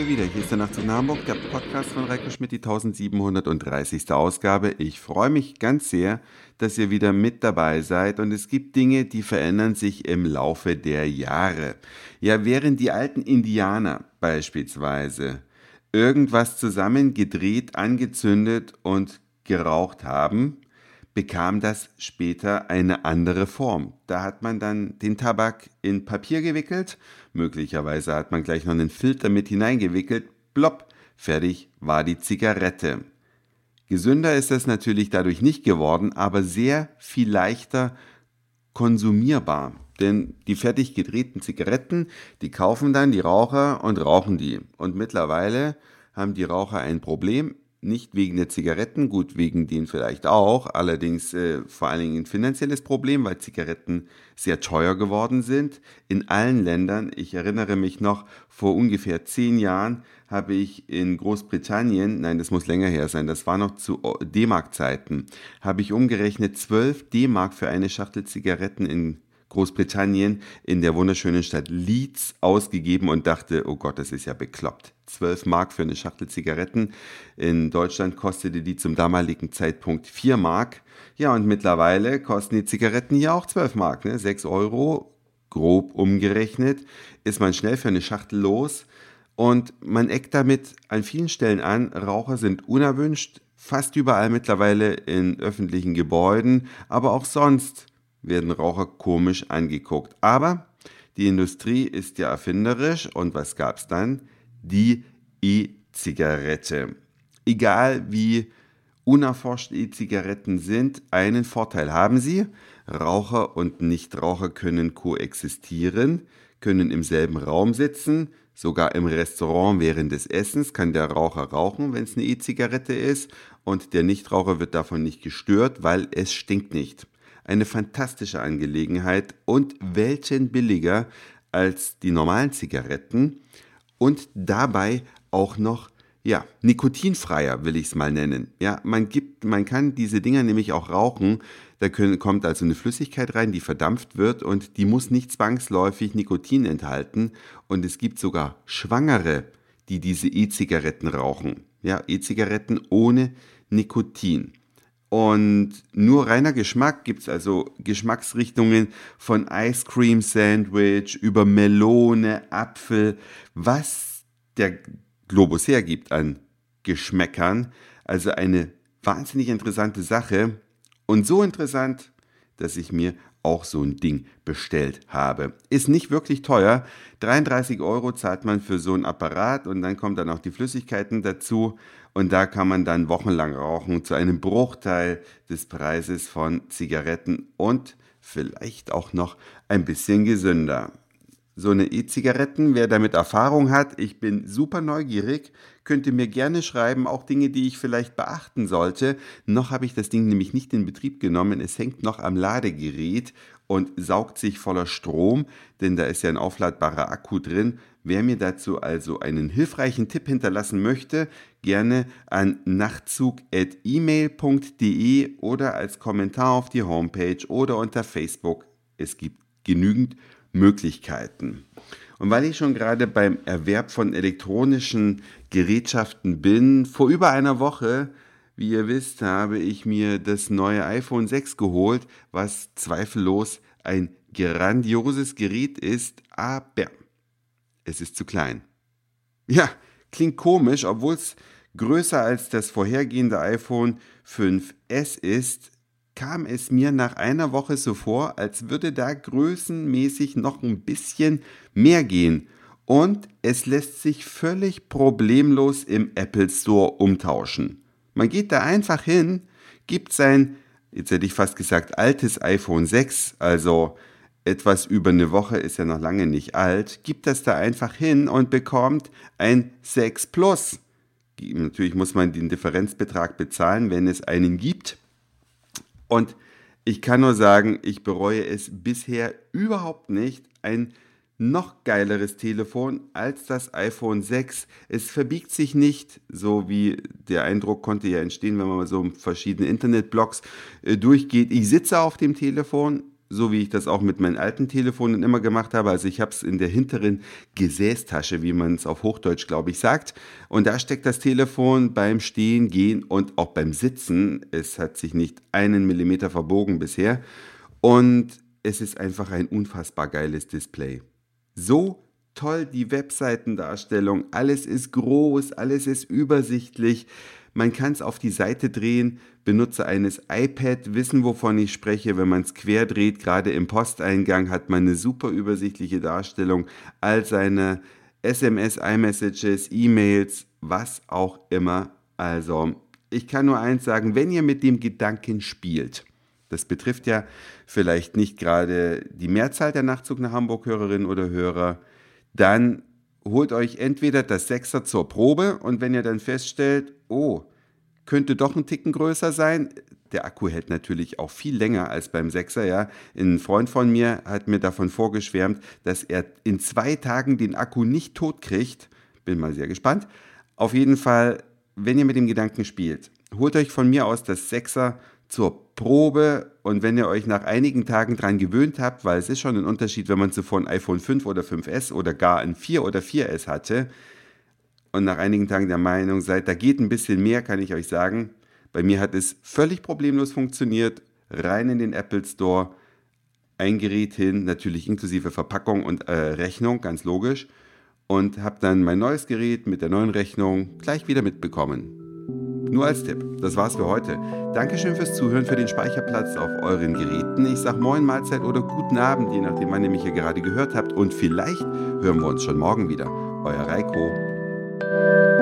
wir wieder. Hier ist der Nachtzug nach Hamburg, der Podcast von Reiko Schmidt, die 1730. Ausgabe. Ich freue mich ganz sehr, dass ihr wieder mit dabei seid und es gibt Dinge, die verändern sich im Laufe der Jahre. Ja, während die alten Indianer beispielsweise irgendwas zusammengedreht, angezündet und geraucht haben, bekam das später eine andere Form. Da hat man dann den Tabak in Papier gewickelt, möglicherweise hat man gleich noch einen Filter mit hineingewickelt, plopp, fertig war die Zigarette. Gesünder ist das natürlich dadurch nicht geworden, aber sehr viel leichter konsumierbar. Denn die fertig gedrehten Zigaretten, die kaufen dann die Raucher und rauchen die. Und mittlerweile haben die Raucher ein Problem, nicht wegen der Zigaretten, gut, wegen denen vielleicht auch, allerdings vor allen Dingen ein finanzielles Problem, weil Zigaretten sehr teuer geworden sind. In allen Ländern, ich erinnere mich noch, vor ungefähr 10 Jahren habe ich in Großbritannien, nein, das muss länger her sein, das war noch zu D-Mark-Zeiten, habe ich umgerechnet 12 D-Mark für eine Schachtel Zigaretten in Großbritannien in der wunderschönen Stadt Leeds ausgegeben und dachte, oh Gott, das ist ja bekloppt. 12 Mark für eine Schachtel Zigaretten. In Deutschland kostete die zum damaligen Zeitpunkt 4 Mark. Ja, und mittlerweile kosten die Zigaretten hier auch 12 Mark, ne? 6 Euro, grob umgerechnet, ist man schnell für eine Schachtel los. Und man eckt damit an vielen Stellen an, Raucher sind unerwünscht, fast überall mittlerweile in öffentlichen Gebäuden, aber auch sonst werden Raucher komisch angeguckt. Aber die Industrie ist ja erfinderisch und was gab's dann? Die E-Zigarette. Egal wie unerforscht E-Zigaretten sind, einen Vorteil haben sie. Raucher und Nichtraucher können koexistieren, können im selben Raum sitzen, sogar im Restaurant während des Essens kann der Raucher rauchen, wenn es eine E-Zigarette ist und der Nichtraucher wird davon nicht gestört, weil es stinkt nicht. Eine fantastische Angelegenheit und Welten billiger als die normalen Zigaretten und dabei auch noch, ja, nikotinfreier, will ich es mal nennen. Ja, man kann diese Dinger nämlich auch rauchen, kommt also eine Flüssigkeit rein, die verdampft wird und die muss nicht zwangsläufig Nikotin enthalten und es gibt sogar Schwangere, die diese E-Zigaretten rauchen. Ja, E-Zigaretten ohne Nikotin. Und nur reiner Geschmack gibt es also Geschmacksrichtungen von Ice Cream Sandwich über Melone, Apfel, was der Globus hergibt an Geschmäckern. Also eine wahnsinnig interessante Sache und so interessant, dass ich mir auch so ein Ding bestellt habe. Ist nicht wirklich teuer. 33 Euro zahlt man für so ein Apparat und dann kommen dann auch die Flüssigkeiten dazu und da kann man dann wochenlang rauchen zu einem Bruchteil des Preises von Zigaretten und vielleicht auch noch ein bisschen gesünder. So eine E-Zigaretten, wer damit Erfahrung hat, ich bin super neugierig, könnt ihr mir gerne schreiben, auch Dinge, die ich vielleicht beachten sollte. Noch habe ich das Ding nämlich nicht in Betrieb genommen, es hängt noch am Ladegerät und saugt sich voller Strom, denn da ist ja ein aufladbarer Akku drin. Wer mir dazu also einen hilfreichen Tipp hinterlassen möchte, gerne an nachtzug@email.de oder als Kommentar auf die Homepage oder unter Facebook. Es gibt genügend Möglichkeiten. Und weil ich schon gerade beim Erwerb von elektronischen Gerätschaften bin, vor über einer Woche, wie ihr wisst, habe ich mir das neue iPhone 6 geholt, was zweifellos ein grandioses Gerät ist, aber es ist zu klein. Ja, klingt komisch, obwohl es größer als das vorhergehende iPhone 5S ist, kam es mir nach einer Woche so vor, als würde da größenmäßig noch ein bisschen mehr gehen. Und es lässt sich völlig problemlos im Apple Store umtauschen. Man geht da einfach hin, gibt sein, jetzt hätte ich fast gesagt, altes iPhone 6, also etwas über eine Woche ist ja noch lange nicht alt, gibt das da einfach hin und bekommt ein 6 Plus. Natürlich muss man den Differenzbetrag bezahlen, wenn es einen gibt. Und ich kann nur sagen, ich bereue es bisher überhaupt nicht. Ein noch geileres Telefon als das iPhone 6. Es verbiegt sich nicht, so wie der Eindruck konnte ja entstehen, wenn man mal so verschiedene Internetblogs durchgeht. Ich sitze auf dem Telefon, so wie ich das auch mit meinen alten Telefonen immer gemacht habe. Also ich habe es in der hinteren Gesäßtasche, wie man es auf Hochdeutsch, glaube ich, sagt. Und da steckt das Telefon beim Stehen, Gehen und auch beim Sitzen. Es hat sich nicht einen Millimeter verbogen bisher. Und es ist einfach ein unfassbar geiles Display. So toll die Webseitendarstellung. Alles ist groß, alles ist übersichtlich. Man kann es auf die Seite drehen. Benutzer eines iPad wissen, wovon ich spreche. Wenn man es quer dreht, gerade im Posteingang, hat man eine super übersichtliche Darstellung all seiner SMS, iMessages, E-Mails, was auch immer. Also, ich kann nur eins sagen, wenn ihr mit dem Gedanken spielt, das betrifft ja vielleicht nicht gerade die Mehrzahl der Nachtzug nach Hamburg-Hörerinnen oder Hörer, dann holt euch entweder das 6er zur Probe und wenn ihr dann feststellt, oh, könnte doch ein Ticken größer sein, der Akku hält natürlich auch viel länger als beim 6er, ja. Ein Freund von mir hat mir davon vorgeschwärmt, dass er in 2 Tagen den Akku nicht tot kriegt. Bin mal sehr gespannt. Auf jeden Fall, wenn ihr mit dem Gedanken spielt, holt euch von mir aus das 6er zur Probe und wenn ihr euch nach einigen Tagen dran gewöhnt habt, weil es ist schon ein Unterschied, wenn man zuvor ein iPhone 5 oder 5S oder gar ein 4 oder 4S hatte und nach einigen Tagen der Meinung seid, da geht ein bisschen mehr, kann ich euch sagen. Bei mir hat es völlig problemlos funktioniert, rein in den Apple Store, ein Gerät hin, natürlich inklusive Verpackung und Rechnung, ganz logisch, und habe dann mein neues Gerät mit der neuen Rechnung gleich wieder mitbekommen. Nur als Tipp, das war's für heute. Dankeschön fürs Zuhören, für den Speicherplatz auf euren Geräten. Ich sag Moin, Mahlzeit oder guten Abend, je nachdem, wann ihr mich hier gerade gehört habt. Und vielleicht hören wir uns schon morgen wieder. Euer Reiko.